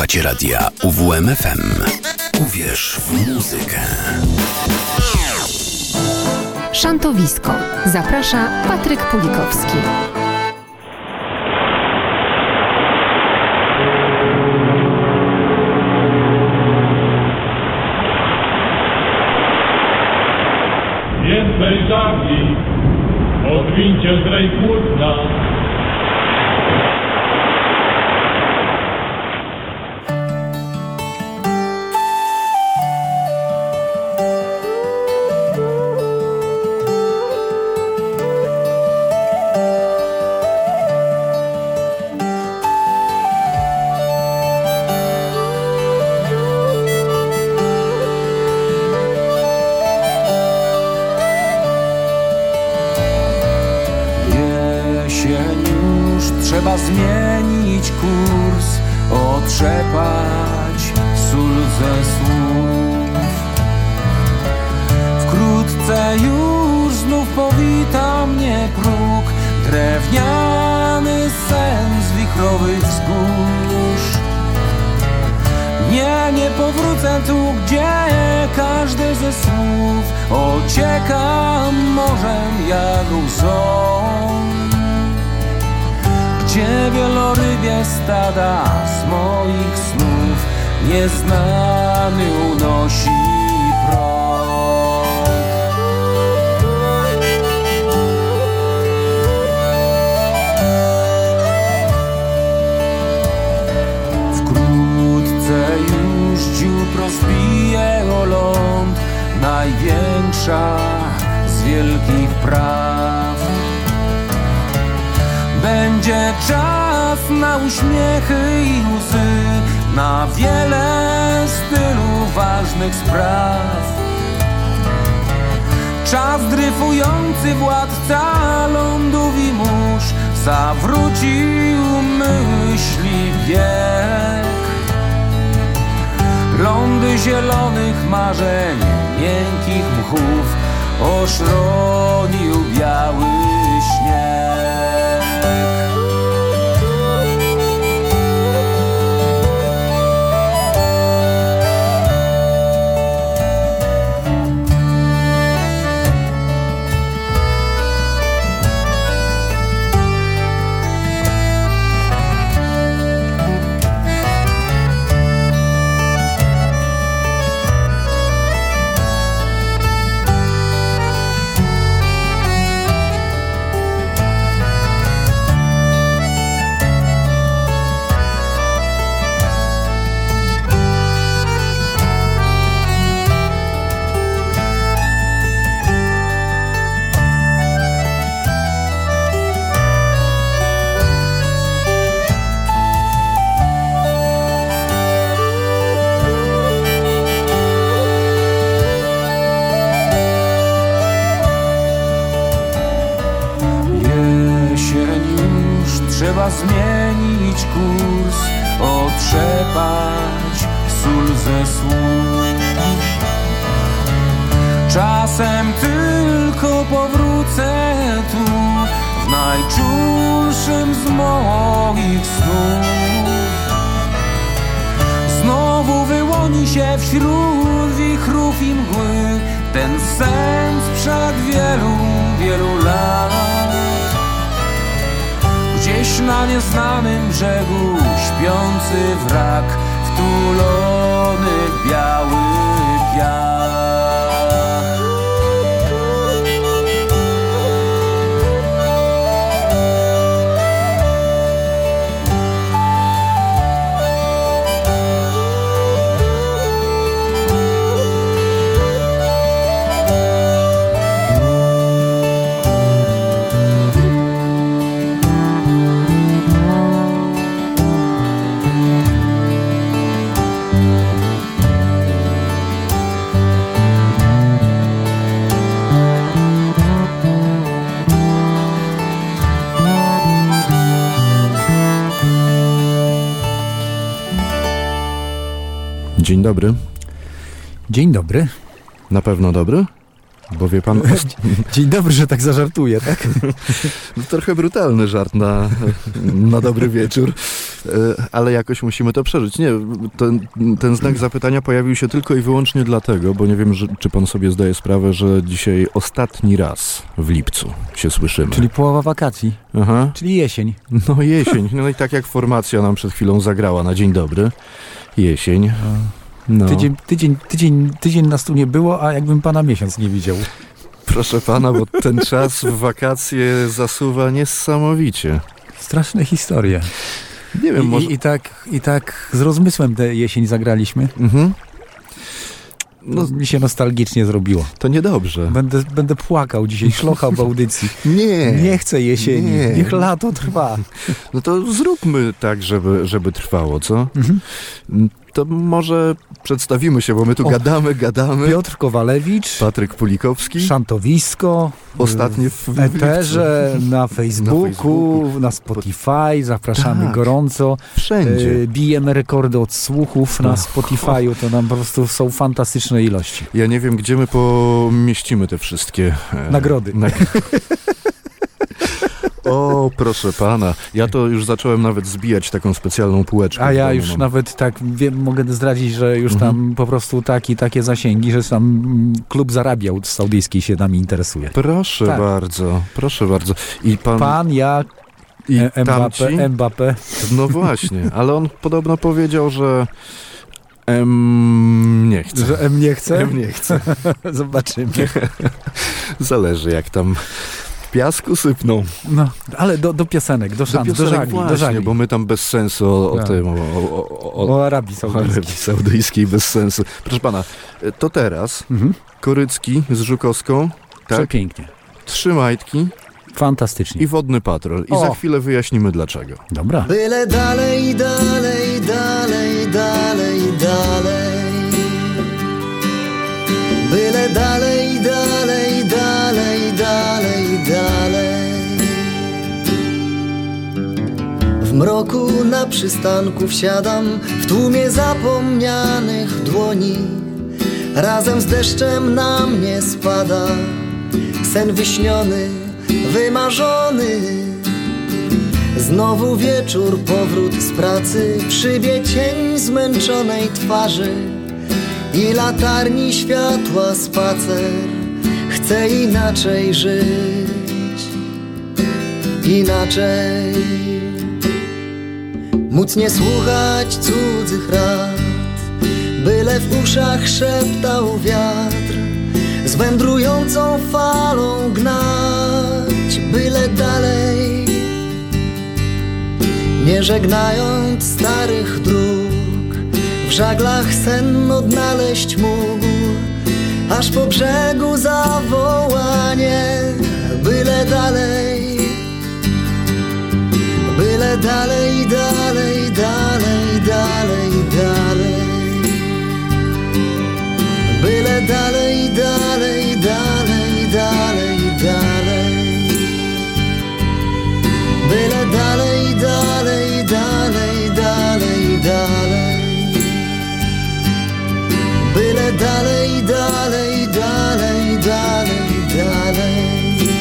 Słuchacie radia UWMFM. Uwierz w muzykę. Szantowisko. Zaprasza Patryk Pulikowski. Więcej żagli, odwincie zdrej płótna. Trzeba zmienić kurs, otrzepać sól ze słów. Wkrótce już znów powita mnie próg, drewniany sen z wichrowych wzgórz. Nie powrócę tu, gdzie każde ze słów ocieka morzem jak łzą. Gdzie wielorybie stada z moich snów nieznany unosi prąd. Wkrótce już dziób rozbije o ląd, największa z wielkich praw. Będzie czas na uśmiechy i łzy, na wiele z tylu ważnych spraw. Czas dryfujący władca lądów i mórz zawrócił myśli bieg. Lądy zielonych marzeń, miękkich mchów oszronił biały śnieg. Trzeba zmienić kurs, otrzepać sól ze słów. Czasem tylko powrócę tu, w najczulszym z moich snów. Znowu wyłoni się wśród wichrów i mgły ten sen sprzed wielu, wielu lat. Gdzieś na nieznanym brzegu śpiący wrak, wtulony w biały piach. Dzień dobry. Dzień dobry. Na pewno dobry? Bo wie pan... Dzień dobry, że tak zażartuję, tak? Trochę brutalny żart na dobry wieczór. Ale jakoś musimy to przeżyć. Nie, ten znak zapytania pojawił się tylko i wyłącznie dlatego, bo nie wiem, czy pan sobie zdaje sprawę, że dzisiaj ostatni raz w lipcu się słyszymy. Czyli połowa wakacji. Aha. Czyli jesień. No jesień. No i tak jak formacja nam przed chwilą zagrała na dzień dobry. Jesień. No. Tydzień nas tu nie było, a jakbym pana miesiąc nie widział. Proszę pana, bo ten czas w wakacje zasuwa niesamowicie. Straszne historie. Nie wiem, może... I tak z rozmysłem tę jesień zagraliśmy. Mhm. No, mi się nostalgicznie zrobiło. To niedobrze. Będę płakał dzisiaj, szlochał w audycji. Nie chcę jesieni. Niech lato trwa. No to zróbmy tak, żeby trwało, co? Mhm. To może przedstawimy się, bo my tu gadamy. Piotr Kowalewicz, Patryk Pulikowski, Szantowisko, ostatnie w eterze, na Facebooku, na Spotify, zapraszamy gorąco. Wszędzie. Bijemy rekordy odsłuchów na Spotify'u, to nam po prostu są fantastyczne ilości. Ja nie wiem, gdzie my pomieścimy te wszystkie nagrody. O, proszę pana. Ja to już zacząłem nawet zbijać taką specjalną półeczkę. A ja już nawet tak wiem, mogę zdradzić, że już tam po prostu takie zasięgi, że tam klub zarabiał saudyjski się nami interesuje. Proszę bardzo. I pan ja i Mbappé. No właśnie, ale on podobno powiedział, że nie chce. Że nie chce? Nie chce. Zobaczymy. Zależy jak tam piasku sypną. No, ale do piosenek, do szans, do żali. Bo my tam bez sensu o Arabii Saudyjskiej bez sensu. Proszę pana, to teraz Korycki z Żukowską. Tak? Przepięknie. 3 majtki. Fantastycznie. I Wodny Patrol. I za chwilę wyjaśnimy dlaczego. Dobra. Byle dalej, dalej, dalej, dalej, dalej. Byle dalej, dalej, dalej, dalej, dalej. W mroku na przystanku wsiadam w tłumie zapomnianych dłoni. Razem z deszczem na mnie spada sen wyśniony, wymarzony. Znowu wieczór, powrót z pracy, przybie cień zmęczonej twarzy i latarni światła spacer. Chcę inaczej żyć, inaczej. Móc nie słuchać cudzych rad, byle w uszach szeptał wiatr, z wędrującą falą gnać, byle dalej. Nie żegnając starych dróg, w żaglach sen odnaleźć mógł, aż po brzegu zawołanie, byle dalej. Byle dalej, dalej, dalej, dalej, dalej. Byle dalej, dalej, dalej, dalej, dalej. Byle dalej, dalej, dalej, dalej, dalej. Byle dalej, dalej, dalej, dalej, dalej.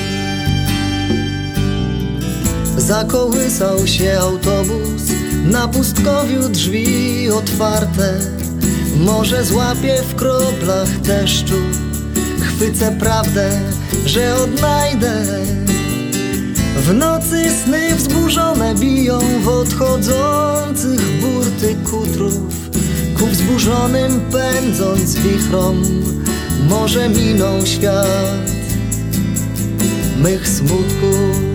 Zakołysał się autobus, na pustkowiu drzwi otwarte. Może złapię w kroplach deszczu, chwycę prawdę, że odnajdę. W nocy sny wzburzone biją w odchodzących burty kutrów. Ku wzburzonym pędząc wichrom, może miną świat mych smutków.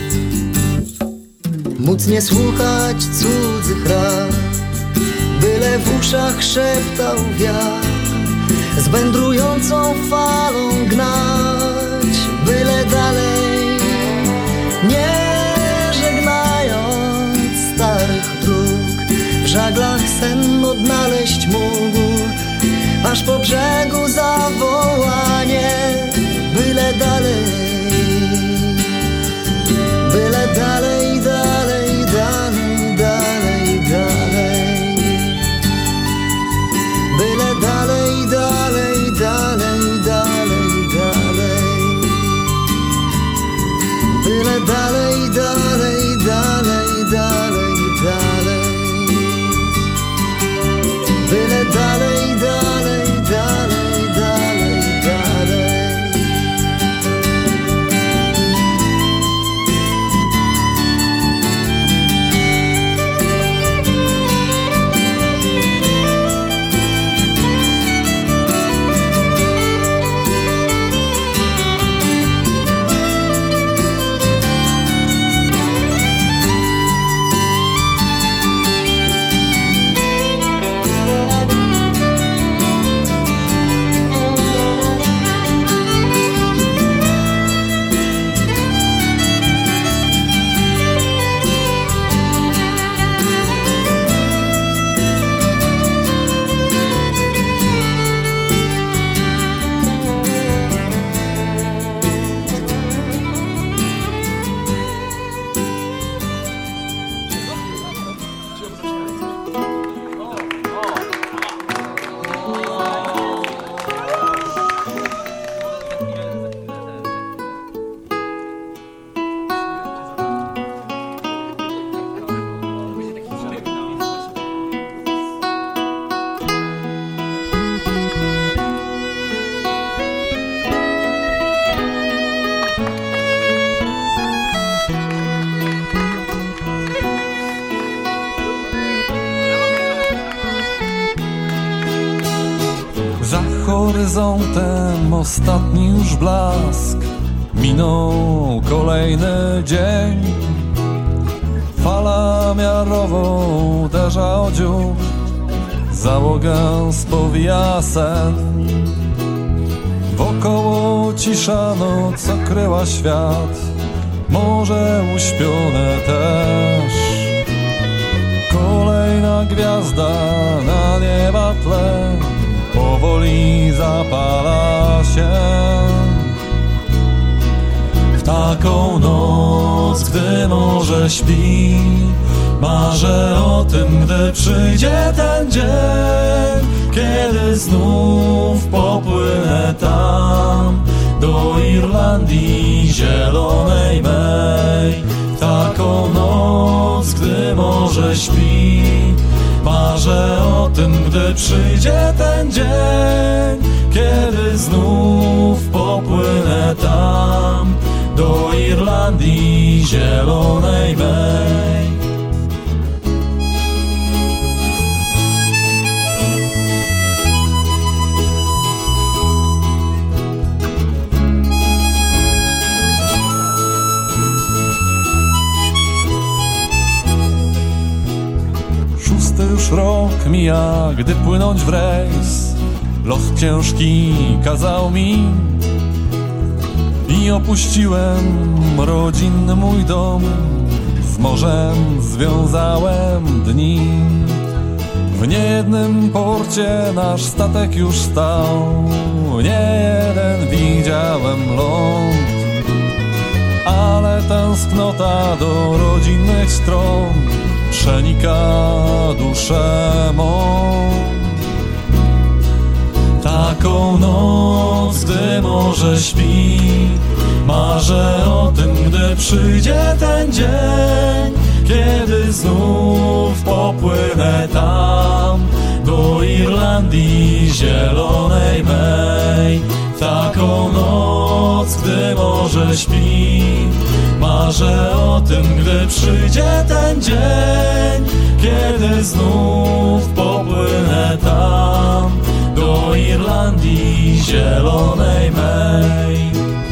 Móc nie słuchać cudzych rad, byle w uszach szeptał wiatr, z wędrującą falą gnać, byle dalej. Nie żegnając starych dróg, w żaglach sen odnaleźć mógł, aż po brzegu zawołanie, byle dalej. Byle dalej, dalej, dalej, dalej, dalej. Byle dalej, dalej, dalej, dalej, dalej. Byle dalej, dalej, dalej, dalej, dalej. horyzontem ostatni już blask. Minął kolejny dzień. Fala miarową uderza o dziób. Załogę spowija sen. Wokoło cisza, noc okryła świat. Morze uśpione też. Kolejna gwiazda na nieba tle powoli zapala się. W taką noc, gdy morze śpi, marzę o tym, gdy przyjdzie ten dzień, kiedy znów popłynę tam do Irlandii zielonej mej. W taką noc, gdy morze śpi, marzę o tym, gdy przyjdzie ten dzień, kiedy znów popłynę tam do Irlandii zielonej mej. Szósty już rok mija, gdy płynąć w rejs. Los ciężki kazał mi i opuściłem rodzinny mój dom. Z morzem związałem dni. W niejednym porcie nasz statek już stał. Nie jeden widziałem ląd, ale tęsknota do rodzinnych stron przenika duszę mą. Taką noc, gdy morze śpi, marzę o tym, gdy przyjdzie ten dzień, kiedy znów popłynę tam do Irlandii zielonej mej. Taką noc, gdy morze śpi, marzę o tym, gdy przyjdzie ten dzień, kiedy znów popłynę tam do Irlandii zielonej mej.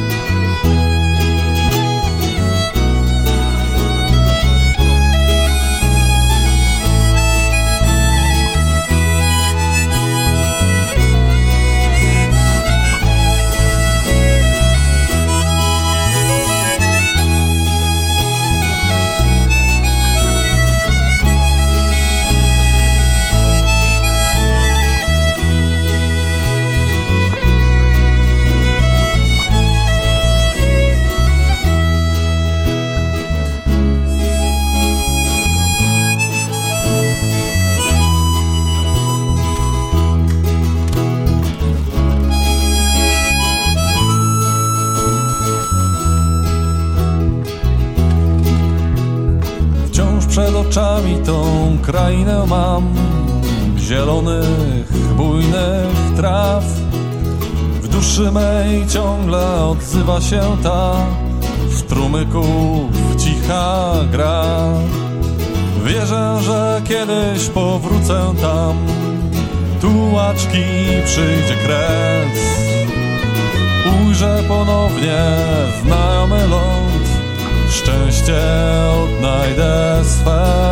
Przed oczami tą krainę mam, zielonych, bujnych traw. W duszy mej ciągle odzywa się ta strumyków cicha gra. Wierzę, że kiedyś powrócę tam, tułaczki przyjdzie kres. Ujrzę ponownie znajomy ląd, szczęście odnajdę swe.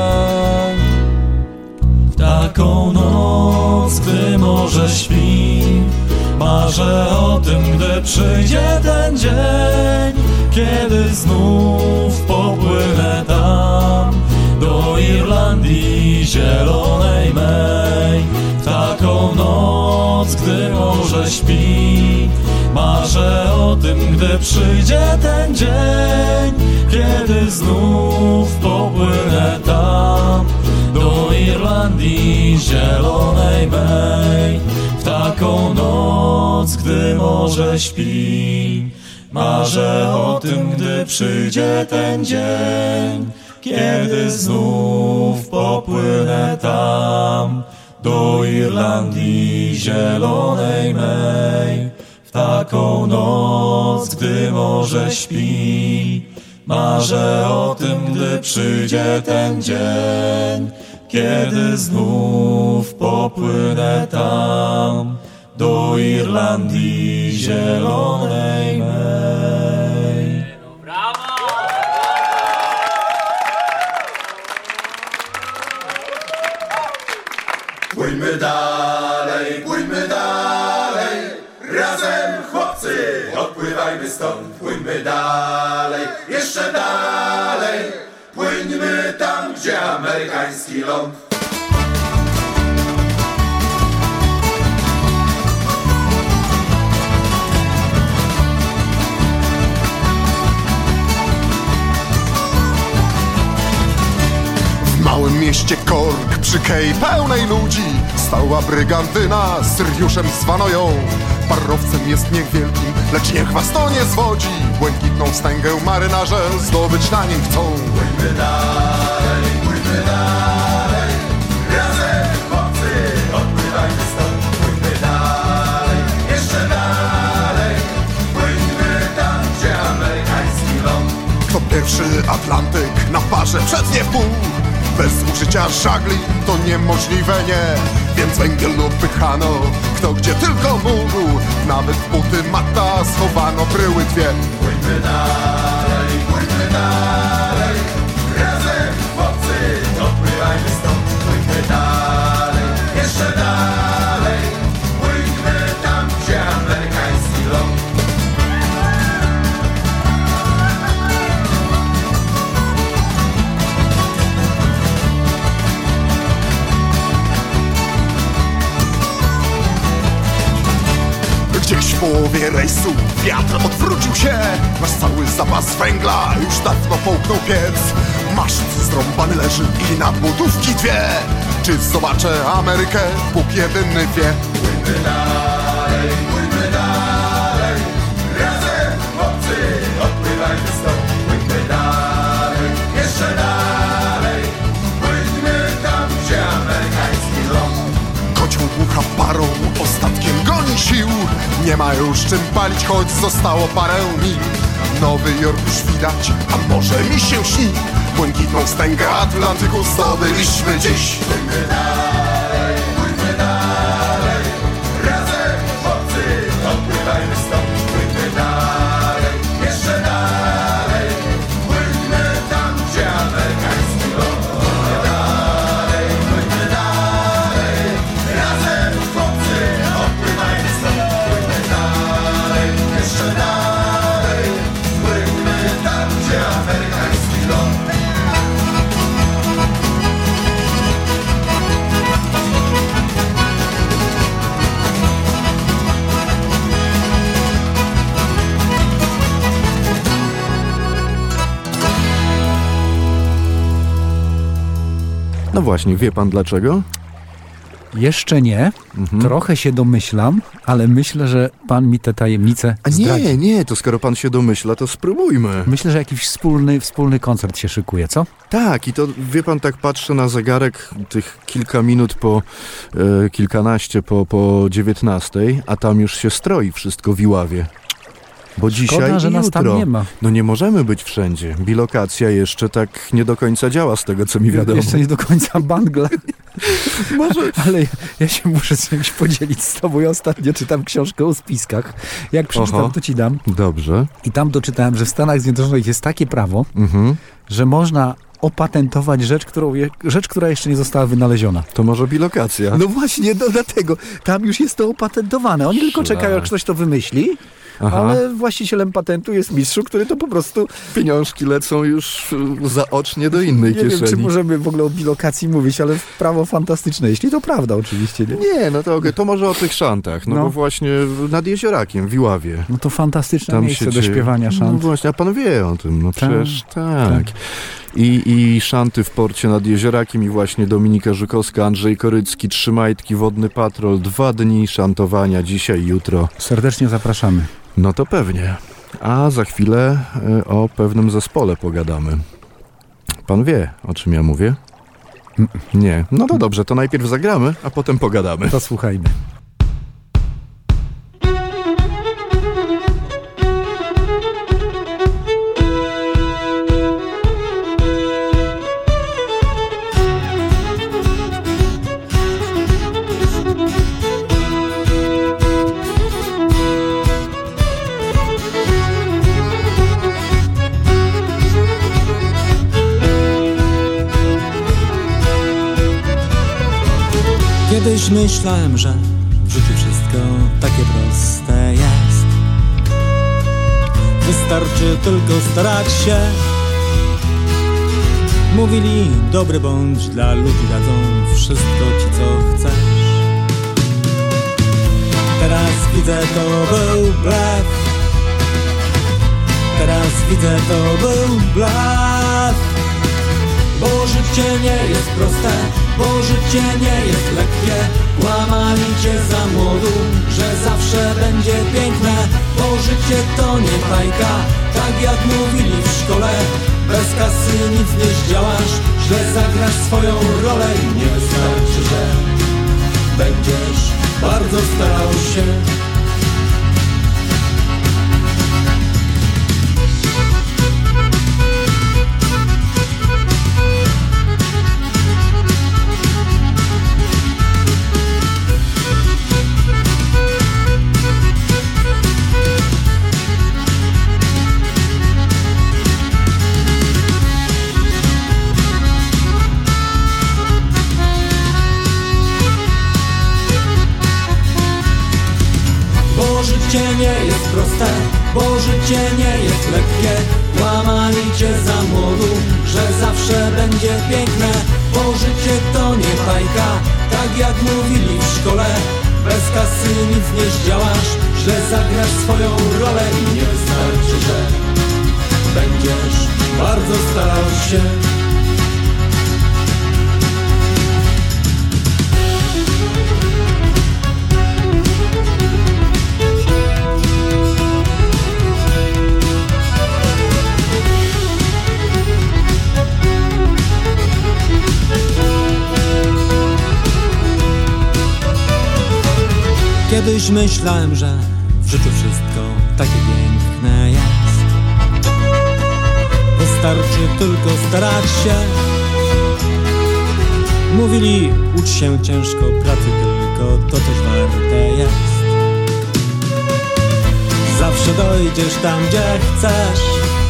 W taką noc, gdy morze śpi, marzę o tym, gdy przyjdzie ten dzień, kiedy znów popłynę tam do Irlandii zielonej mej. W taką noc, gdy morze śpi, marzę o tym, gdy przyjdzie ten dzień, kiedy znów popłynę tam do Irlandii zielonej mej. W taką noc, gdy morze śpi, marzę o tym, gdy przyjdzie ten dzień, kiedy znów popłynę tam do Irlandii zielonej mej. W taką noc, gdy morze śpi, marzę o tym, gdy przyjdzie ten dzień, kiedy znów popłynę tam do Irlandii zielonej mej. Płyńmy dalej, razem chłopcy, odpływajmy stąd, płyńmy dalej, jeszcze dalej, płyńmy tam, gdzie amerykański ląd. W małym mieście Cork przy kei pełnej ludzi stała brygantyna, Syriuszem zwano ją. Parowcem jest niech wielkim, lecz niech was to nie zwodzi. Błękitną wstęgę marynarze zdobyć na nim chcą. Płyńmy dalej, razem chłopcy, odpływajmy stąd, płyńmy dalej, jeszcze dalej, płyńmy tam, gdzie amerykański ląd. Kto pierwszy Atlantyk na parze przetnie w pół, bez użycia żagli to niemożliwe, nie. Więc węgiel odpychano, kto gdzie tylko mógł. Nawet w buty mata schowano bryły dwie. Płyńmy dalej, razem chłopcy, odpływajmy stąd, płyńmy dalej, jeszcze dalej, płyńmy tam, gdzie amerykański ląd. Gdzieś w połowie rejsu wiatr odwrócił się. Nasz cały zapas węgla już dawno połknął piec. Maszt zrąbany leży i nadbudówki dwie. Czy zobaczę Amerykę? Bóg jedyny wie. Płyńmy dalej, razem chłopcy, odpływajmy stąd, płyńmy dalej, jeszcze dalej, płyńmy tam, gdzie amerykański ląd. Kocioł bucha parą, ostatkiem goni sił. Nie ma już czym palić, choć zostało parę mil. Nowy Jork już widać, a może mi się śni. Błękitną wstęgę Atlantyku zdobyliśmy dziś. Płyńmy dalej, razem chłopcy, odpływajmy stąd, płyńmy dalej, jeszcze dalej, płyńmy tam, gdzie amerykański ląd. Płyńmy dalej, razem chłopcy, odpływajmy stąd, płyńmy dalej, jeszcze dalej, płyńmy tam, gdzie amerykański ląd. No właśnie, wie pan dlaczego? Jeszcze nie. Trochę się domyślam, ale myślę, że pan mi te tajemnice zdradzi. Nie, to skoro pan się domyśla, to spróbujmy. Myślę, że jakiś wspólny koncert się szykuje, co? Tak, i to wie pan, tak patrzę na zegarek, tych kilka minut kilkanaście po 19, a tam już się stroi wszystko w Iławie. Bo dzisiaj Szkoda, że i nas jutro. tam nie ma. No nie możemy być wszędzie. Bilokacja jeszcze tak nie do końca działa, z tego co mi wiadomo. Jeszcze nie do końca bangla. Może... Ale ja się muszę z czymś podzielić z tobą. Ja ostatnio czytam książkę o spiskach. Jak przeczytam, to ci dam. Dobrze. I tam doczytałem, że w Stanach Zjednoczonych jest takie prawo, że można opatentować rzecz, która jeszcze nie została wynaleziona. To może bilokacja. No właśnie, dlatego. Tam już jest to opatentowane. Oni tylko czekają, jak ktoś to wymyśli. Aha. Ale właścicielem patentu jest mistrzu, który to po prostu... Pieniążki lecą już zaocznie do innej kieszeni. Nie wiem, czy możemy w ogóle o bilokacji mówić, ale prawo fantastyczne, jeśli to prawda oczywiście. Nie, no to może o tych szantach, no bo właśnie nad Jeziorakiem w Iławie. No to fantastyczne tam miejsce do śpiewania szant. No właśnie, a pan wie o tym, no przecież tak. I szanty w porcie nad Jeziorakiem i właśnie Dominika Żukowska, Andrzej Korycki, 3 majtki, Wodny Patrol, 2 dni szantowania, dzisiaj, jutro. Serdecznie zapraszamy. No to pewnie. A za chwilę o pewnym zespole pogadamy. Pan wie, o czym ja mówię? Nie. No to dobrze, to najpierw zagramy, a potem pogadamy. To słuchajmy. Kiedyś myślałem, że w życiu wszystko takie proste jest. Wystarczy tylko starać się. Mówili, dobry bądź, dla ludzi dadzą wszystko ci, co chcesz. Teraz widzę, to był blef. Teraz widzę, to był blef. Bo życie nie jest proste, bo życie nie jest lekkie. Kłamali cię za młodu, że zawsze będzie piękne. Bo życie to nie bajka, tak jak mówili w szkole. Bez kasy nic nie zdziałasz, źle zagrasz swoją rolę. I nie wystarczy, że będziesz bardzo starał się. Życie nie jest proste, bo życie nie jest lekkie. Kłamali cię za młodu, że zawsze będzie piękne. Bo życie to nie bajka, tak jak mówili w szkole. Bez kasy nic nie zdziałasz, źle zagrasz swoją rolę. I nie wystarczy, że będziesz bardzo starał się. Kiedyś myślałem, że w życiu wszystko takie piękne jest. Wystarczy tylko starać się. Mówili, ucz się ciężko, pracy tylko to coś warte jest. Zawsze dojdziesz tam, gdzie chcesz.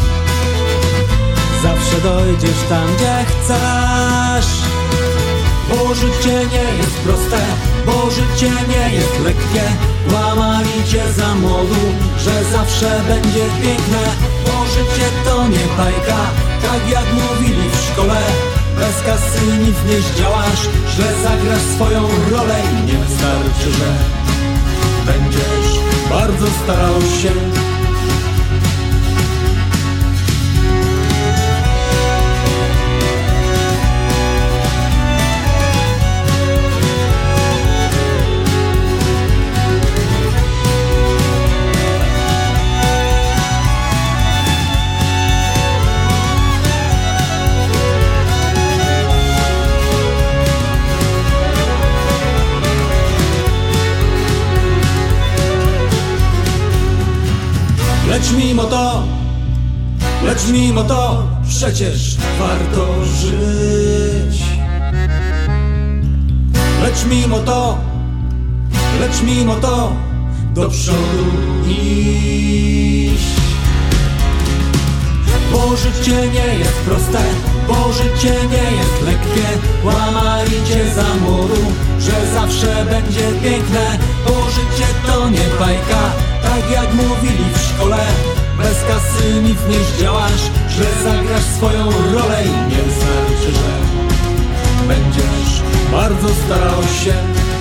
Zawsze dojdziesz tam, gdzie chcesz. Bo życie nie jest proste, bo życie nie jest lekkie. Kłamali cię za młodu, że zawsze będzie piękne. Bo życie to nie bajka, tak jak mówili w szkole. Bez kasy nic nie zdziałasz, źle zagrasz swoją rolę. I nie wystarczy, że będziesz bardzo starał się. Lecz mimo to przecież warto żyć. Lecz mimo to do przodu iść. Bo życie nie jest proste, bo życie nie jest lekkie. Kłamali cię za młodu, że zawsze będzie piękne. Bo życie to nie bajka, tak jak mówili w szkole. Bez kasy nic nie zdziałasz, źle zagrasz swoją rolę. I nie wystarczy, że będziesz bardzo starał się.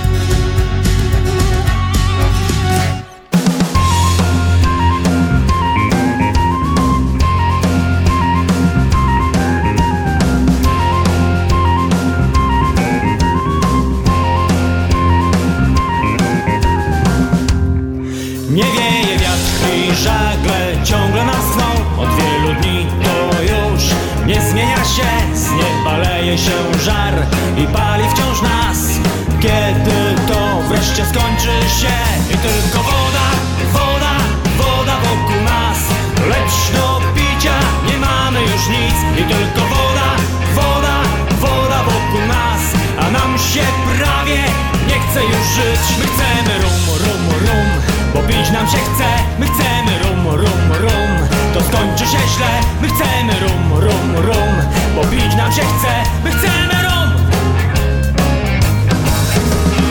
Nie wieje wiatr i żagle ciągle nas tną. Od wielu dni to już nie zmienia się. Z nieba leje się żar i pali wciąż nas. Kiedy to wreszcie skończy się? I tylko woda, woda, woda wokół nas. Lecz do picia nie mamy już nic. I tylko woda, woda, woda wokół nas. A nam się prawie nie chce już żyć. My chcemy rum, rum, rum, bo pić nam się chce. My chcemy rum, rum, rum, to skończy się źle. My chcemy rum, rum, rum, bo pić nam się chce. My chcemy rum.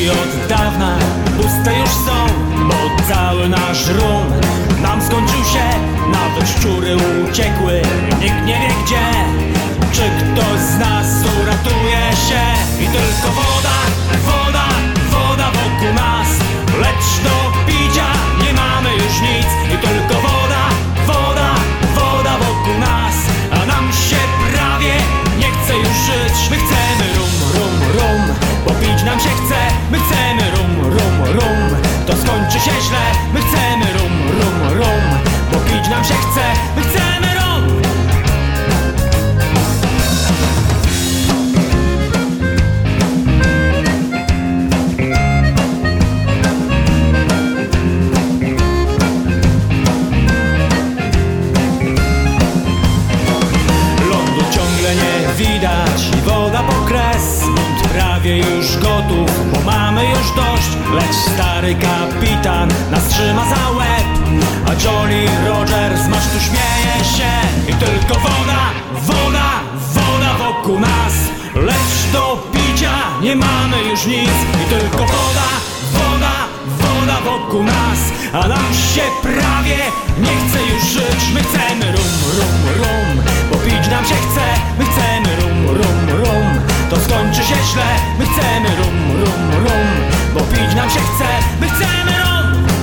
butelki od dawna puste już są, bo cały nasz rum nam skończył się. Nawet szczury uciekły, nikt nie wie gdzie. Czy ktoś z nas uratuje się? I tylko woda, woda, woda wokół nas. Lecz do picia nie mamy już nic. I tylko woda, woda, woda wokół nas. A nam się prawie nie chce już żyć. My chcemy rum, rum, rum, bo pić nam się chce. My chcemy rum, rum, rum, to skończy się źle. My chcemy rum, rum, rum, bo pić nam się chce. My chcemy rum. Widać i woda po kres. Bunt prawie już gotów, bo mamy już dość. Lecz stary kapitan nas trzyma za łeb, a Jolly Roger z masztu śmieje się. I tylko woda, woda, woda wokół nas. Lecz do picia nie mamy już nic. I tylko woda, woda, woda wokół nas. A nam się prawie nie chce już żyć. My chcemy rum, rum, rum, bo pić nam się chce. My chcemy rum, rum, rum, to skończy się źle. My chcemy rum, rum, rum, bo pić nam się chce. My chcemy rum.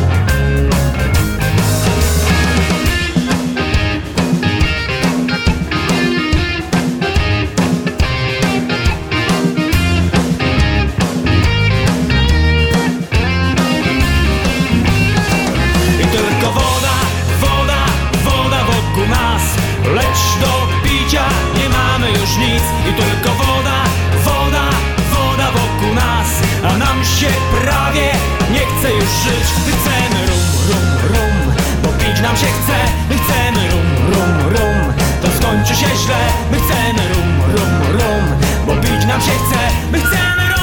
I tylko woda, woda, woda wokół nas. Lecz do picia nie mamy już nic. I tylko woda, woda, woda wokół nas. A nam się prawie nie chce już żyć. My chcemy rum, rum, rum, bo pić nam się chce. My chcemy rum, rum, rum, to skończy się źle. My chcemy rum, rum, rum, bo pić nam się chce. My chcemy rum.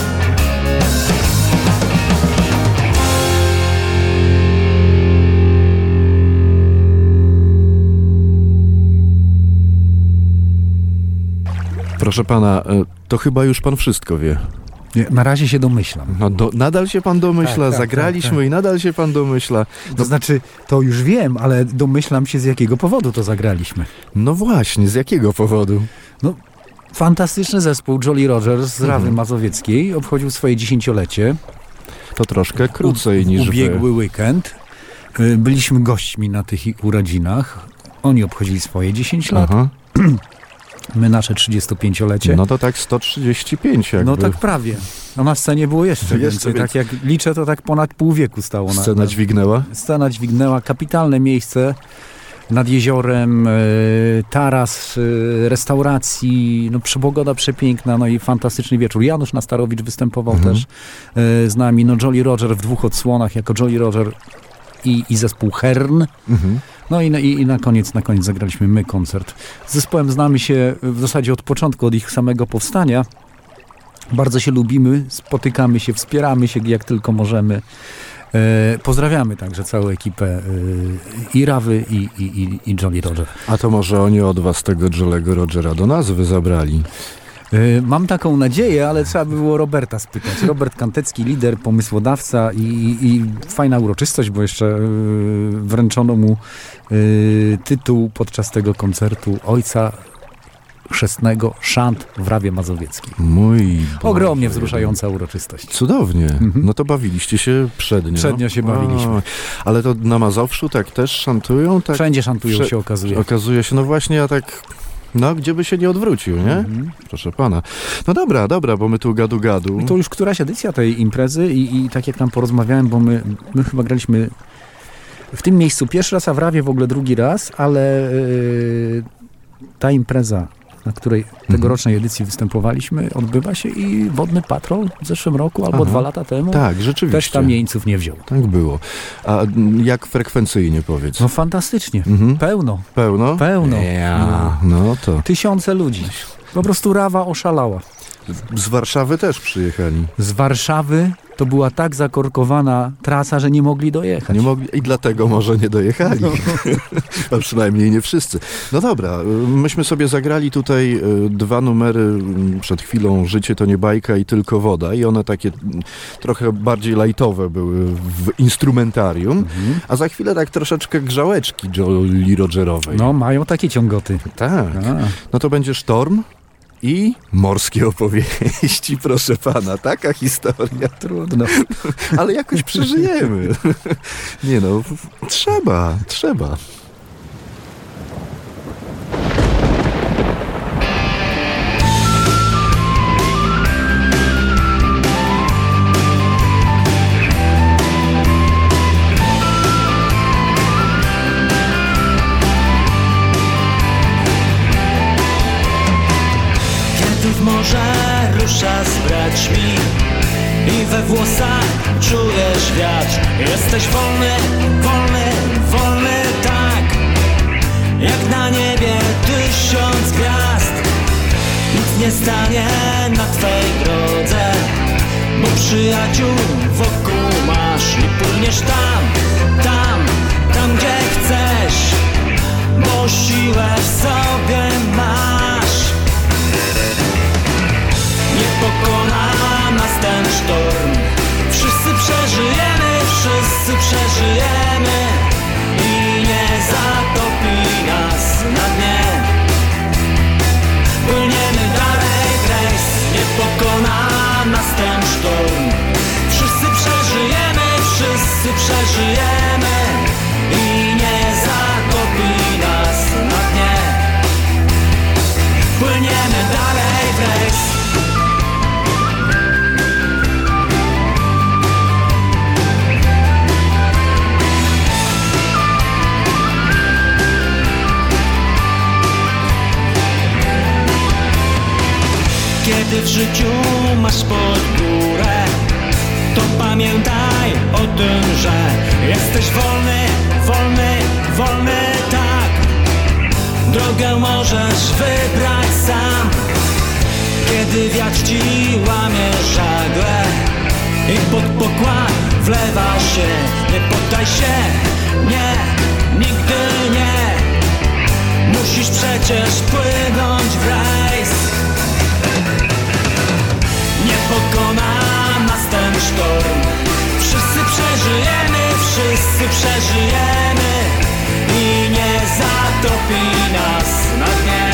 Proszę pana, to chyba już pan wszystko wie. Nie, na razie się domyślam. No nadal się pan domyśla, Tak, zagraliśmy tak. i nadal się pan domyśla. To znaczy, to już wiem, ale domyślam się, z jakiego powodu to zagraliśmy. No właśnie, z jakiego powodu? No, fantastyczny zespół Jolly Roger z Rawy Mazowieckiej obchodził swoje 10-lecie. To troszkę krócej niż ubiegły weekend. Byliśmy gośćmi na tych ich urodzinach. Oni obchodzili swoje 10 lat. Aha. My nasze 35-lecie. No to tak 135 jakby. No tak prawie. No na scenie było jeszcze więcej. więcej. Tak jak liczę, to tak ponad pół wieku stało. Scena dźwignęła? Scena dźwignęła. Kapitalne miejsce nad jeziorem, taras, restauracji, no przepogoda przepiękna, no i fantastyczny wieczór. Janusz Nastarowicz występował też z nami. No Jolly Roger w 2 odsłonach jako Jolly Roger i zespół Hern. No i na koniec zagraliśmy my koncert. Z zespołem znamy się w zasadzie od początku, od ich samego powstania. Bardzo się lubimy, spotykamy się, wspieramy się jak tylko możemy. Pozdrawiamy także całą ekipę i Rawy i Jolly Roger. A to może oni od was tego Jolly'ego Rogera do nazwy zabrali? Mam taką nadzieję, ale trzeba by było Roberta spytać. Robert Kantecki, lider, pomysłodawca i fajna uroczystość, bo jeszcze wręczono mu tytuł podczas tego koncertu Ojca Chrzestnego Szant w Rawie Mazowieckiej. Mój Ogromnie wzruszająca uroczystość. Cudownie. No to bawiliście się przednio. Przednio się bawiliśmy. Ale to na Mazowszu tak też szantują? Tak? Wszędzie szantują się okazuje. Okazuje się, no właśnie, ja tak... No, gdzie by się nie odwrócił, nie? Proszę pana. No dobra, bo my tu gadu. I to już któraś edycja tej imprezy i tak jak tam porozmawiałem, bo my chyba graliśmy w tym miejscu pierwszy raz, a w Rawie w ogóle drugi raz, ale ta impreza, na której tegorocznej edycji występowaliśmy, odbywa się i Wodny Patrol w zeszłym roku albo 2 lata temu. Tak, rzeczywiście. Też tam jeńców nie wziął. Tak było. A jak frekwencyjnie, powiedz? No fantastycznie. Pełno. Pełno? Pełno. No to... Tysiące ludzi. Po prostu Rawa oszalała. Z Warszawy też przyjechali. Z Warszawy to była tak zakorkowana trasa, że nie mogli dojechać. Nie mogli i dlatego może nie dojechali. A przynajmniej nie wszyscy. No dobra, myśmy sobie zagrali tutaj 2 numery przed chwilą, Życie to nie bajka i Tylko woda, i one takie trochę bardziej lajtowe były w instrumentarium, a za chwilę tak troszeczkę grzałeczki Jolly Rogerowej. No, mają takie ciągoty. Tak. No to będzie Sztorm i Morskie opowieści, proszę pana. Taka historia. Trudno. Ale jakoś przeżyjemy. Nie no, trzeba. Morze rusza z braćmi i we włosach czujesz wiatr. Jesteś wolny, wolny, wolny tak, jak na niebie 1000 gwiazd. Nic nie stanie na twej drodze, bo przyjaciół wokół masz i płyniesz tam gdzie chcesz, bo siłę w sobie masz. Nie pokona nas ten sztorm. Wszyscy przeżyjemy i nie zatopi nas na dnie. Płyniemy dalej w rejs. Nie pokona nas ten sztorm. Wszyscy przeżyjemy i nie zatopi nas na dnie. Płyniemy dalej w rejs. Kiedy w życiu masz pod górę, to pamiętaj o tym, że jesteś wolny, wolny, wolny tak. Drogę możesz wybrać sam. Kiedy wiatr ci łamie żagle i pod pokład wlewa się, nie poddaj się, nie, nigdy nie. Musisz przecież płynąć w rejs. Nie pokona nas ten sztorm. Wszyscy przeżyjemy i nie zatopi nas na dnie.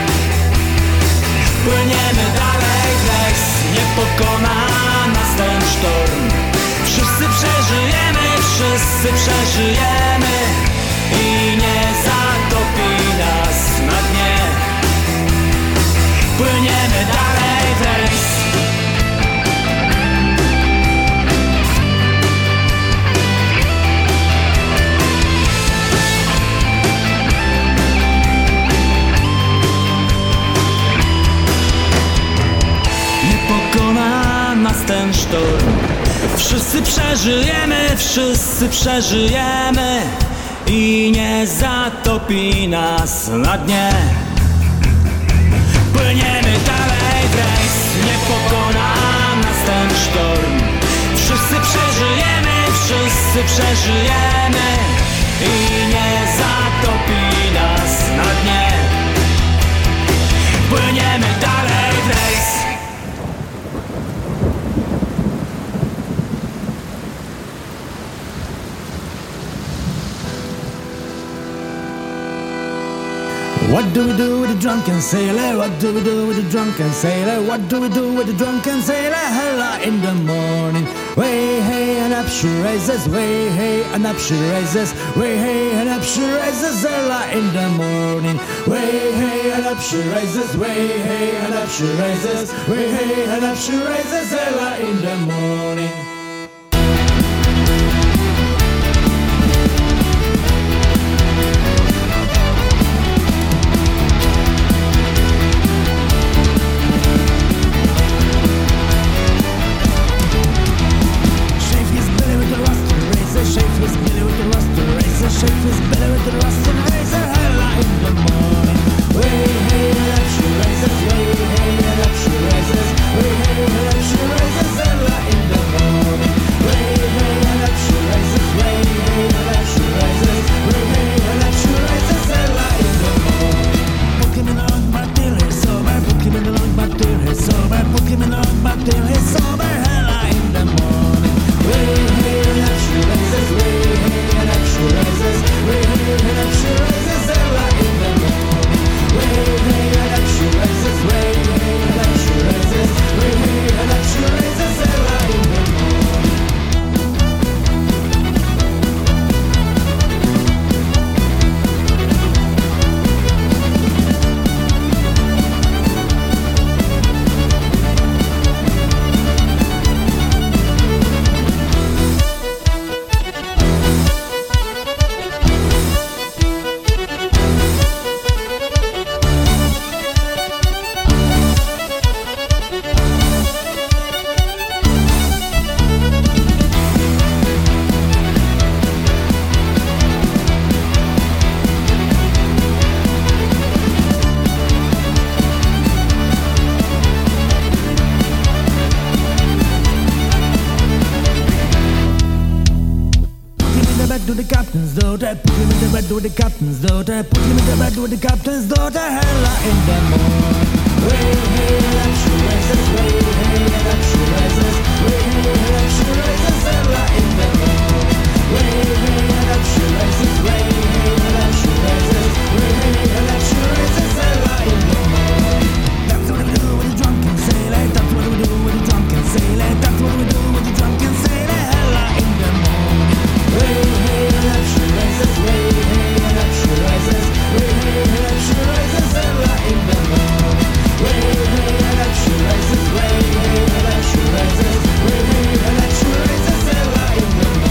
Płyniemy dalej w rejs. Nie pokona nas ten sztorm. Wszyscy przeżyjemy i nie zatopi nas na dnie. Płyniemy dalej w rejs. Pokona nas ten sztorm. Wszyscy przeżyjemy i nie zatopi nas na dnie. Płyniemy dalej w rejs. Nie pokona nas ten sztorm. Wszyscy przeżyjemy i nie zatopi nas na dnie. Płyniemy dalej w rejs. What do we do with the drunken sailor? What do we do with the drunken sailor? What do we do with the drunken sailor? Hella in the morning. Way hey and up she raises. Way hey and up she raises. Way hey and up she raises. Hella in the morning. Way hey and up she raises. Way hey and up she raises. Way hey and up she raises. Hella in the morning. Way hey and up she raises. Way hey and up she raises. Hella in the bed with the captain's daughter. Put him in the bed with the captain's daughter. Put him in the bed with the captain's daughter. Hella in the morning. Way, hey, up she rises. Way, hey, up she rises. Way, hey, up she rises. Hella in the morning. Way, hey, up she rises. Way, hey, up she rises. Way, hey, up she rises. Hella in the morning. That's what we do with the drunken sailor. That's what we do with the drunken sailor. That's what we do with the drunken sailor. Hella in the morning. Way, hey, up she rises. Way, hey, up she rises. Way, hey, up she rises. Hella in the morning. Way, hey, up she rises. Way, hey, up she rises. Way, hey, up she rises. Hella in the morning.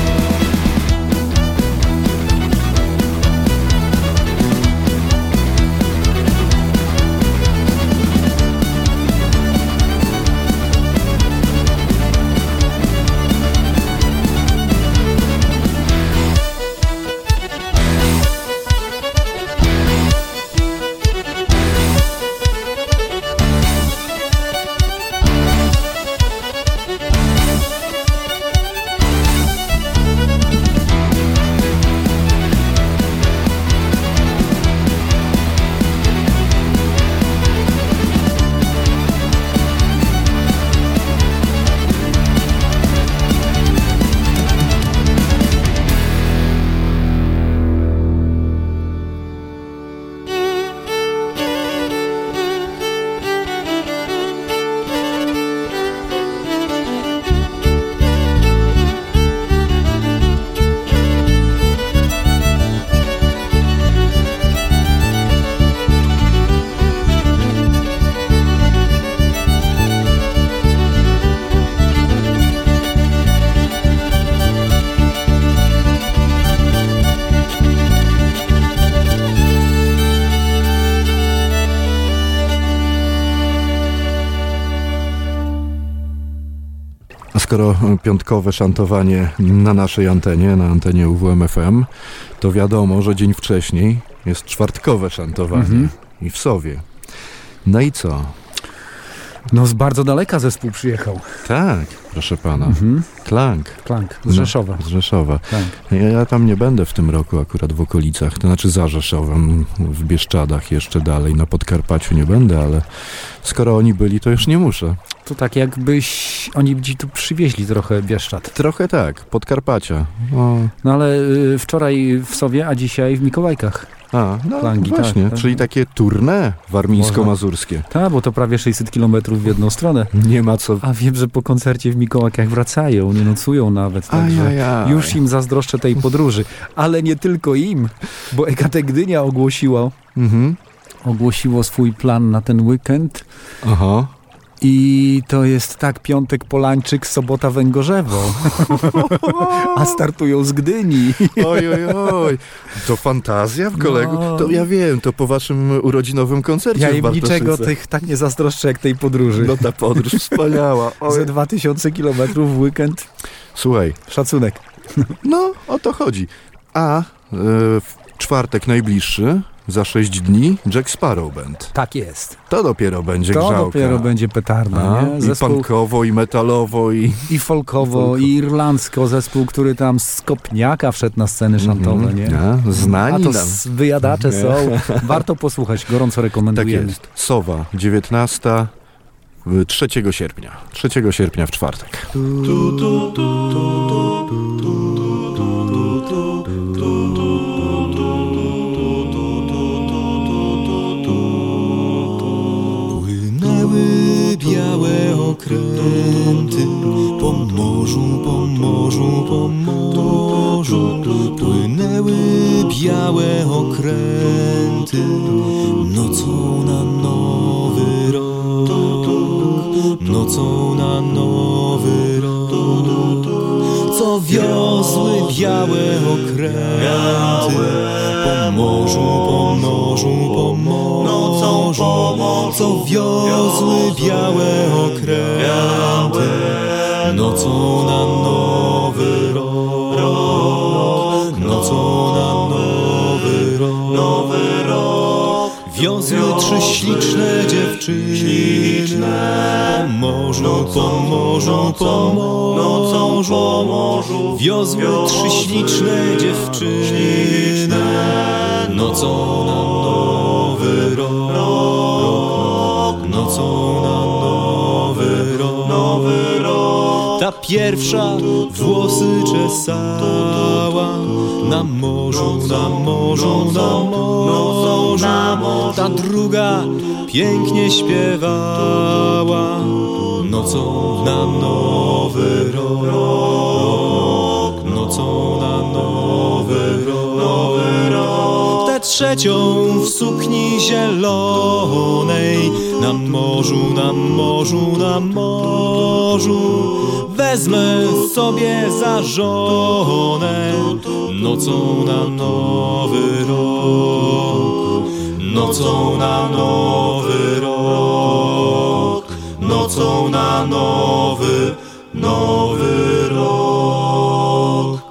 Skoro piątkowe szantowanie na naszej antenie, na antenie UWM-FM, to wiadomo, że dzień wcześniej jest czwartkowe szantowanie i w Sowie. No i co? No z bardzo daleka zespół przyjechał. Tak, proszę pana. Klank. Z Rzeszowa. Z Rzeszowa. Tak. Ja tam nie będę w tym roku akurat w okolicach, to znaczy za Rzeszowem, w Bieszczadach jeszcze dalej, na Podkarpaciu nie będę, ale skoro oni byli, to już nie muszę. To tak jakbyś oni ci tu przywieźli trochę Bieszczad. Trochę tak, Podkarpacia. O. No ale wczoraj w Sowie, a dzisiaj w Mikołajkach. A, no Klangi, właśnie, tak. Czyli takie tournée warmińsko-mazurskie. Tak, bo to prawie 600 kilometrów w jedną stronę. Nie ma co. A wiem, że po koncercie w Mikołajkach wracają, nie nocują nawet. Także już im zazdroszczę tej podróży. Ale nie tylko im, bo EKT Gdynia ogłosiło swój plan na ten weekend. Aha. I to jest tak, piątek Polańczyk, sobota Węgorzewo. A startują z Gdyni. Oj. To fantazja w kolegu? No. To ja wiem, to po waszym urodzinowym koncercie ja w im Bartoszyce. niczego tych tak nie zazdroszczę jak tej podróży. No ta podróż wspaniała. Ze 2000 kilometrów w weekend. Słuchaj. Szacunek. No, o to chodzi. A w czwartek najbliższy, za 6 dni, Jack Sparrow Band. Tak jest. To dopiero będzie grzałka. To dopiero będzie petarda. Nie? Zespół... I punkowo, i metalowo, i folkowo, i irlandzko. Zespół, który tam z Kopniaka wszedł na sceny szantowe. Nie? Znani A to wyjadacze są. Warto posłuchać, gorąco rekomendujemy. Tak jest. Sowa, 19, 3 sierpnia. 3 sierpnia w czwartek. Białe okręty po morzu, po morzu, po morzu. Płynęły białe okręty nocą na nowy rok, nocą na nowy rok. Co wiozły białe okręty po morzu, po morzu, po morzu. Co wiozły białe okręty nocą na nowy rok, nocą na nowy rok. Wiozły 3 śliczne dziewczyny po morzu, po morzu, po morzu. morzu wiozły trzy śliczne dziewczyny nocą na nowy rok, nocą na nowy rok. Ta pierwsza włosy czesała na morzu, na morzu, na morzu. Ta druga pięknie śpiewała nocą na nowy rok, nocą na nowy rok. Tę trzecią w sukni zielonej na morzu, na morzu, na morzu wezmę sobie za żonę nocą na nowy rok, nocą na nowy rok, nocą na nowy rok.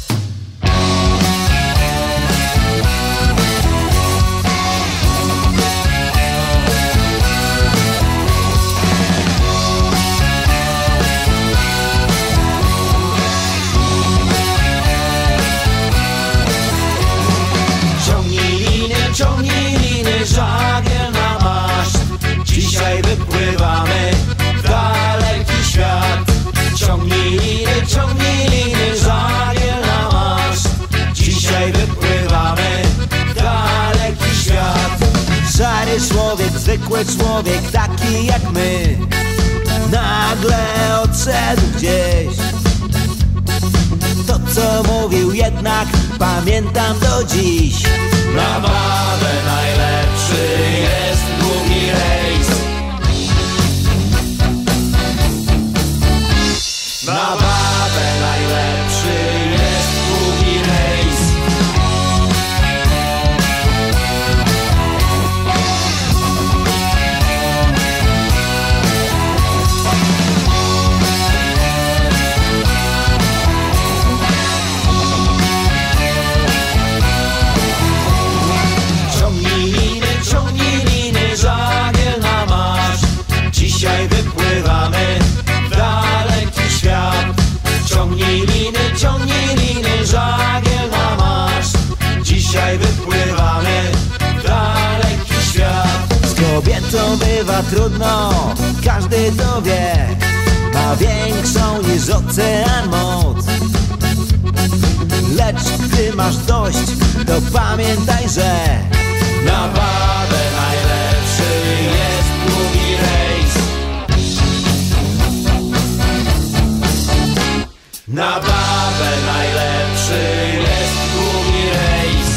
Ciągnij liny, żagiel na maszt. Dzisiaj wypływamy w daleki świat. Ciągnij liny, żagiel na maszt. Dzisiaj wypływamy w daleki świat. Szary człowiek, zwykły człowiek, taki jak my, nagle odszedł gdzieś. To co mówił jednak pamiętam do dziś. Na Babę najlepszy jest długi rejs. Na Babę najlepszy jest długi rejs. Ciągnij liny, żagiel na maszt. Dzisiaj wypływamy w daleki świat. Ciągnij liny, żagiel na maszt. Dzisiaj wypływamy w daleki świat. Z kobietą bywa trudno, każdy to wie. Ma większą niż ocean moc. Lecz gdy masz dość, to pamiętaj, że na Babę najlepszy jest długi rejs. Na Babę najlepszy jest długi rejs.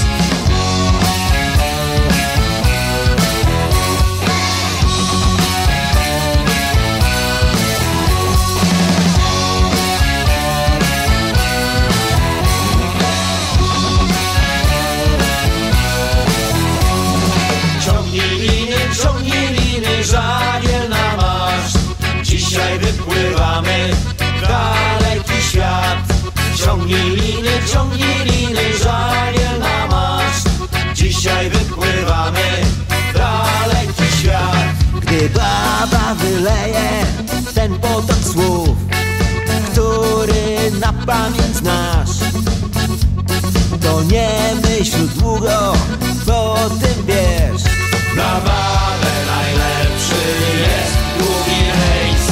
Ciągnij liny, żagiel na maszt. Dzisiaj wypływamy w daleki świat. Ciągnij liny, żagiel na maszt. Dzisiaj wypływamy w daleki świat. Gdy baba wyleje ten potok słów, który na pamięć znasz, to nie myśl długo, bo o tym wiesz. Na Babę najlepszy jest długi rejs.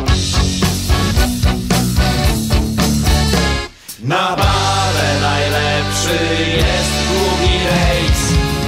Na Babę najlepszy jest długi rejs.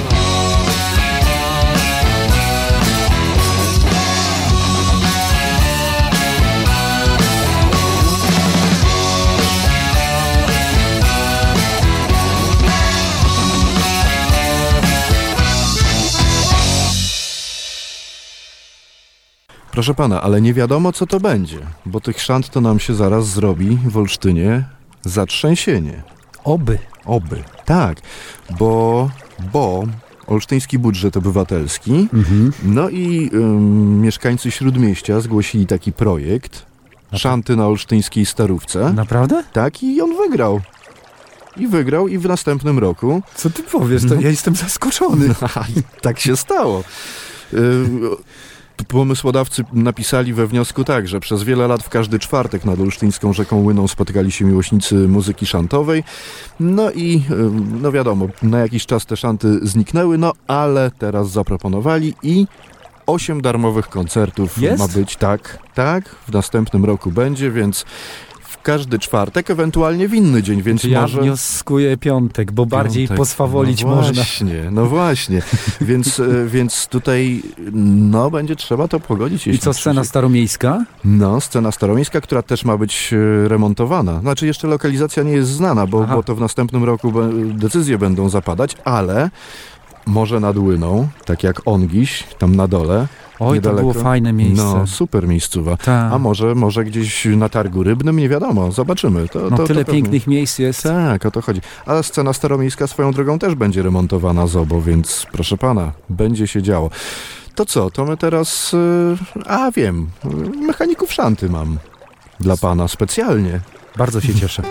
Proszę pana, ale nie wiadomo co to będzie, bo tych szant to nam się zaraz zrobi w Olsztynie zatrzęsienie. Oby. Tak, bo olsztyński budżet obywatelski, no i mieszkańcy Śródmieścia zgłosili taki projekt, szanty na olsztyńskiej Starówce. Naprawdę? Tak, i on wygrał. I w następnym roku... Co ty powiesz? To ja jestem zaskoczony. Tak się stało. Pomysłodawcy napisali we wniosku tak, że przez wiele lat w każdy czwartek nad Olsztyńską rzeką Łyną spotykali się miłośnicy muzyki szantowej. No i no wiadomo, na jakiś czas te szanty zniknęły, no ale teraz zaproponowali i 8 darmowych koncertów ma być. Tak, w następnym roku będzie, więc w każdy czwartek, ewentualnie w inny dzień, więc ja może... wnioskuję piątek, bo bardziej poswawolić można. No właśnie, więc tutaj no będzie trzeba to pogodzić. I co, scena staromiejska? No, scena staromiejska, która też ma być remontowana. Znaczy jeszcze lokalizacja nie jest znana, bo to w następnym roku decyzje będą zapadać, ale może nad Łyną, tak jak Ongiś, tam na dole. Oj, niedaleko. To było fajne miejsce. No, super miejscowa. Ta. A może gdzieś na Targu Rybnym, nie wiadomo, zobaczymy. Tyle pięknych miejsc jest. Tak, o to chodzi. Ale scena staromiejska swoją drogą też będzie remontowana z obo, więc proszę pana, będzie się działo. To co, to my teraz, wiem, mechaników szanty mam dla pana specjalnie. Bardzo się cieszę.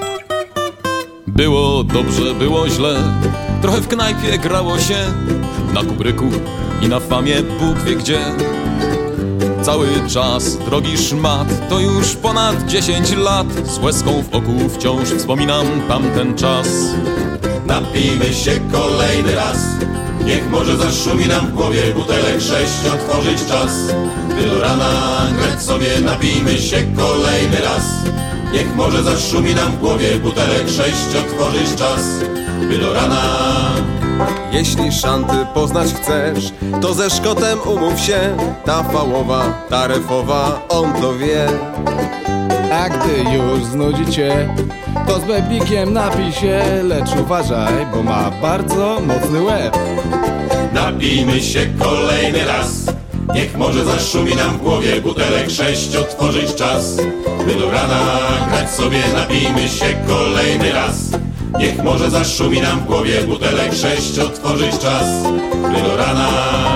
Było dobrze, było źle, trochę w knajpie grało się, na kubryku i na famie Bóg wie gdzie. Cały czas, drogi szmat, to już ponad 10 lat, z łezką w oku wciąż wspominam tamten czas. Napijmy się kolejny raz, niech może zaszumi nam w głowie butelek 6, otworzyć czas. By do rana grać sobie, napijmy się kolejny raz. Niech może zaszumi nam w głowie butelek 6, otworzyć czas. By do rana. Jeśli szanty poznać chcesz, to ze Szkotem umów się. Ta fałowa, ta refowa, on to wie. A gdy już znudzi cię, to z bebikiem napij się. Lecz uważaj, bo ma bardzo mocny łeb. Napijmy się kolejny raz, niech może zaszumi nam w głowie butelek 6, otworzyć czas. By do rana grać sobie, napijmy się kolejny raz. Niech może zaszumi nam w głowie butelek 6, otworzyć czas. By do rana.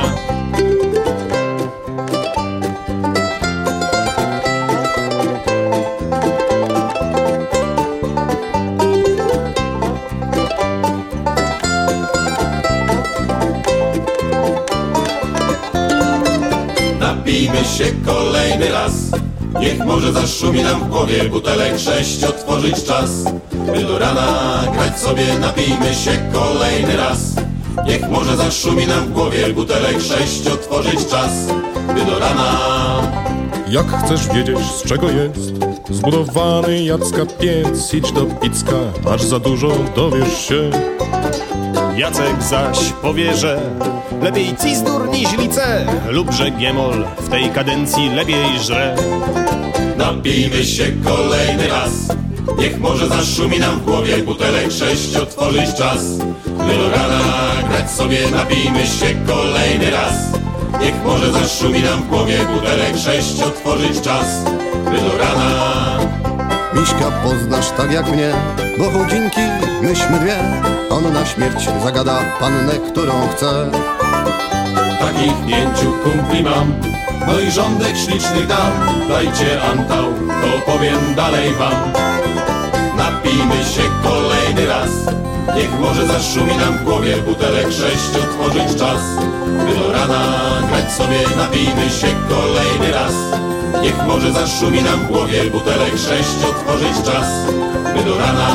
Napijmy się kolejny raz, niech może zaszumi nam w głowie butelek 6, otworzyć czas. By do rana grać sobie, napijmy się kolejny raz. Niech może zaszumi nam w głowie butelek 6, otworzyć czas. By do rana. Jak chcesz wiedzieć, z czego jest zbudowany Jacka piec, idź do Picka, aż za dużo dowiesz się. Jacek zaś powie, że lepiej cistur niż lice, lub że Giemol w tej kadencji lepiej żre. Napijmy się kolejny raz, niech może zaszumi nam w głowie butelek 6, otworzyć czas. By do rana grać sobie, napijmy się kolejny raz. Niech może zaszumi nam w głowie butelek 6, otworzyć czas. By do rana. Miśka poznasz tak jak mnie, bo chodzinki myśmy dwie. On na śmierć zagada pannę, którą chce. Takich 5 kumpli mam, no i rządek ślicznych dam. Dajcie antał, to powiem dalej wam. Napijmy się kolejny raz, niech może zaszumi nam w głowie butelek 6, otworzyć czas. By do rana grać sobie, napijmy się kolejny raz. Niech może zaszumi nam w głowie butelek 6, otworzyć czas. By do rana.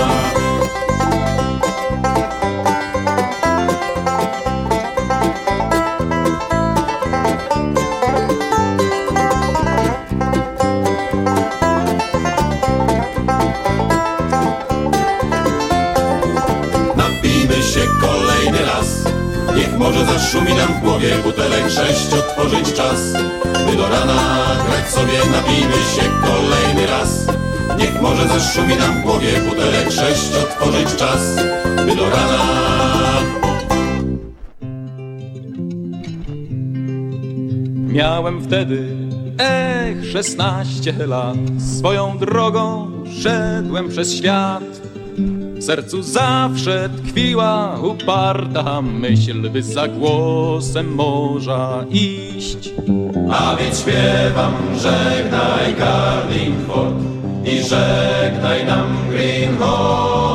Napijmy się kolejny raz, niech może zaszumi nam w głowie butelek 6, otworzyć czas. By do rana grać sobie, napijmy się kolejny raz. Niech może zaszumi nam w głowie butelek 6, otworzyć czas. By do rana. Miałem wtedy 16 lat, swoją drogą szedłem przez świat. W sercu zawsze tkwiła uparta myśl, by za głosem morza iść. A więc śpiewam, żegnaj Carlingford i żegnaj nam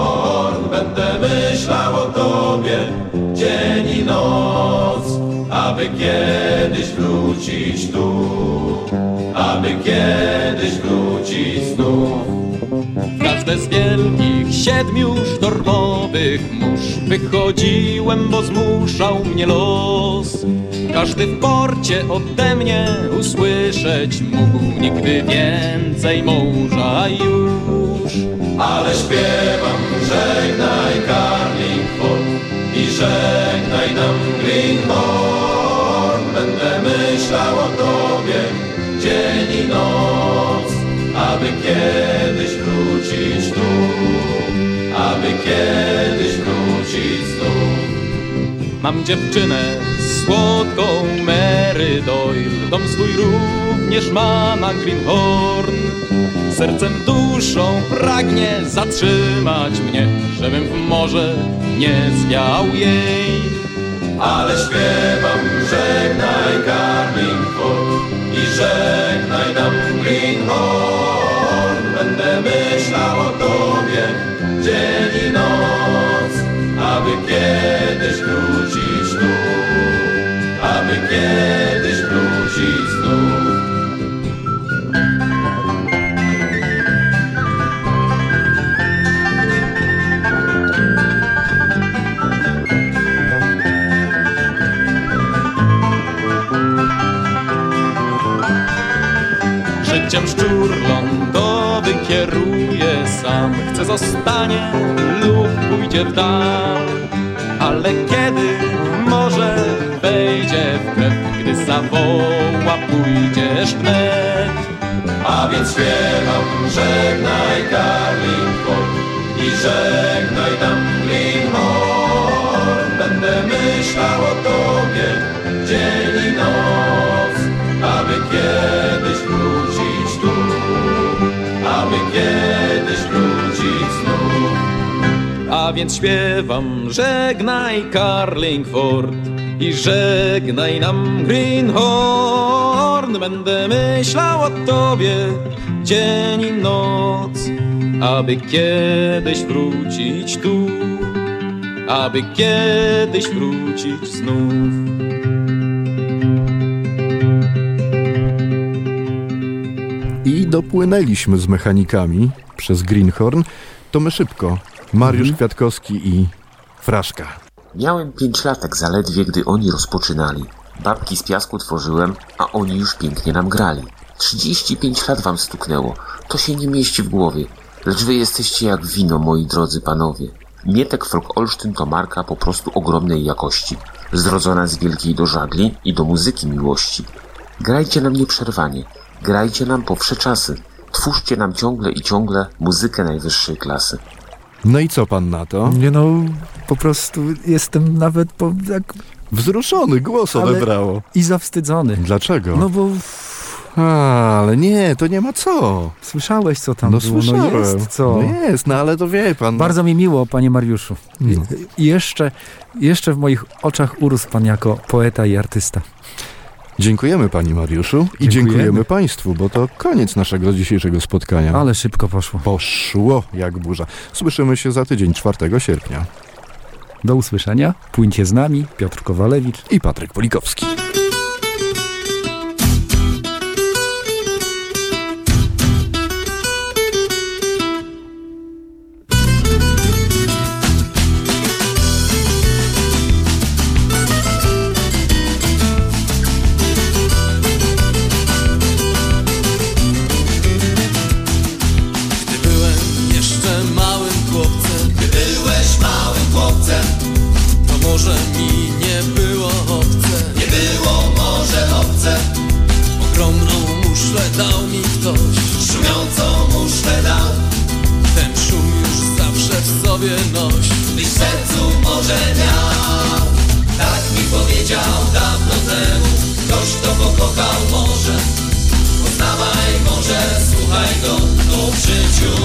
Greenhorn. Będę myślał o tobie dzień i noc, a aby kiedyś wrócić tu, aby kiedyś wrócić znów. W każde z wielkich 7 sztormowych mórz wychodziłem, bo zmuszał mnie los. Każdy w porcie ode mnie usłyszeć mógł, nigdy więcej morza już. Ale śpiewam, żegnaj Carlingford i żegnaj nam Greenhorn. Będę myślał o tobie dzień i noc, aby kiedyś wrócić tu, aby kiedyś wrócić znów. Mam dziewczynę słodką Mary Doyle, dom swój również ma na Greenhorn. Sercem, duszą pragnie zatrzymać mnie, żebym w morze nie zwiał jej. Ale śpiewam, żegnaj Carlingford i żegnaj nam Greenhorn. Będę myślał o tobie dzień i noc, aby kiedyś wrócić tu, aby kiedyś wrócić znów. Życiem szczur lądowy kieruje sam, chce zostanie lub pójdzie w dal. Ale kiedy może wejdzie w krew, gdy zawoła pójdziesz wnet. A więc śpiewam, żegnaj Carlingford i żegnaj nam Greenhorn. Będę myślał o tobie dzień i noc, aby kiedyś wrócić tu, aby kiedyś wrócić znów. A więc śpiewam, żegnaj Carlingford i żegnaj nam Greenhorn. Będę myślał o tobie dzień i noc, aby kiedyś wrócić tu, aby kiedyś wrócić znów. I dopłynęliśmy z mechanikami przez Greenhorn. To my szybko. Mariusz Kwiatkowski i Fraszka. Miałem 5 latek zaledwie, gdy oni rozpoczynali. Babki z piasku tworzyłem, a oni już pięknie nam grali. 35 lat wam stuknęło. To się nie mieści w głowie. Lecz wy jesteście jak wino, moi drodzy panowie. Mietek Folk Olsztyn to marka po prostu ogromnej jakości. Zrodzona z wielkiej do żagli i do muzyki miłości. Grajcie nam nieprzerwanie. Grajcie nam po wsze czasy. Twórzcie nam ciągle i ciągle muzykę najwyższej klasy. No i co pan na to? Nie no, po prostu jestem nawet tak... Wzruszony, głos odebrało. I zawstydzony. Dlaczego? No bo... ale nie, to nie ma co. Słyszałeś, co tam było? Słyszałem. No jest co. No jest, no ale to wie pan. Bardzo mi miło, panie Mariuszu. No. Jeszcze w moich oczach urósł pan jako poeta i artysta. Dziękujemy panie Mariuszu i dziękujemy państwu, bo to koniec naszego dzisiejszego spotkania. Ale szybko poszło. Poszło jak burza. Słyszymy się za tydzień, 4 sierpnia. Do usłyszenia. Płyńcie z nami. Piotr Kowalewicz i Patryk Pulikowski. Może mi nie było obce, nie było może obce. Ogromną muszlę dał mi ktoś, szumiącą muszlę dał. Ten szum już zawsze w sobie noś, gdyś w sercu może miał. Tak mi powiedział dawno temu ktoś, kto pokochał morze. Poznawaj morze, słuchaj go, to w życiu.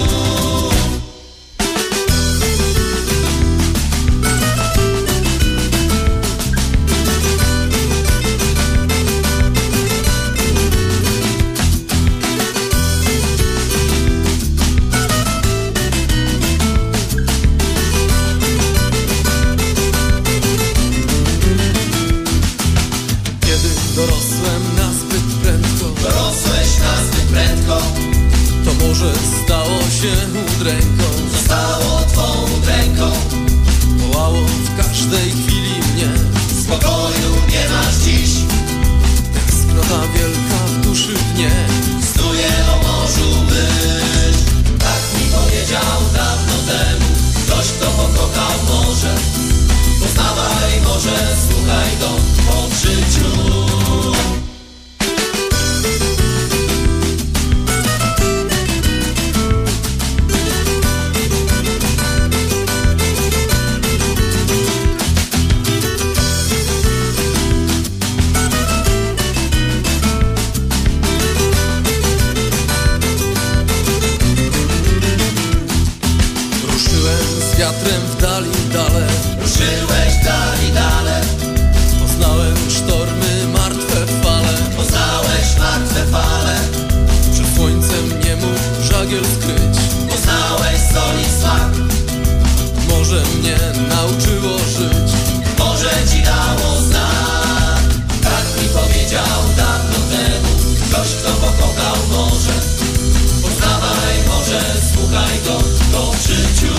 udręką. Zostało twą udręką. Wołało w każdej chwili mnie. Spokoju nie masz dziś. Tęsknota wielka w duszy dnie. Snuje o morzu myśl. Tak mi powiedział dawno temu ktoś, kto pokochał morze. Poznawaj morze, słuchaj go po życiu. Wiatrem w dali dale. Ruszyłeś w dali dale. Poznałem sztormy, martwe fale. Poznałeś martwe fale. Przed słońcem nie mógł żagiel skryć. Poznałeś soli smak. Morze mnie nauczyło żyć. Morze ci dało znak. Tak mi powiedział dawno temu ktoś, kto pokochał morze. Poznawaj morze, słuchaj go w życiu.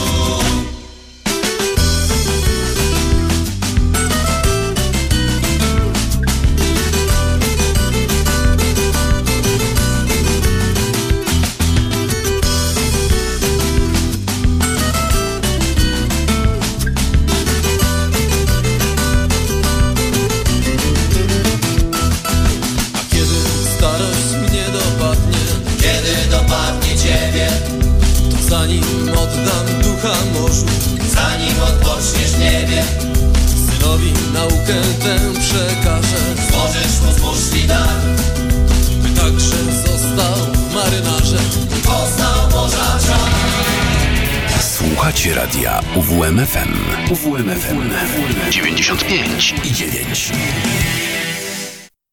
Zanim oddam ducha morzu, zanim odpoczniesz w niebie, synowi naukę tę przekażę. Złożysz mu z muszli dar, by także został marynarzem i poznał morza czar. Słuchacie radia UWMFM. UWMFM 95,9.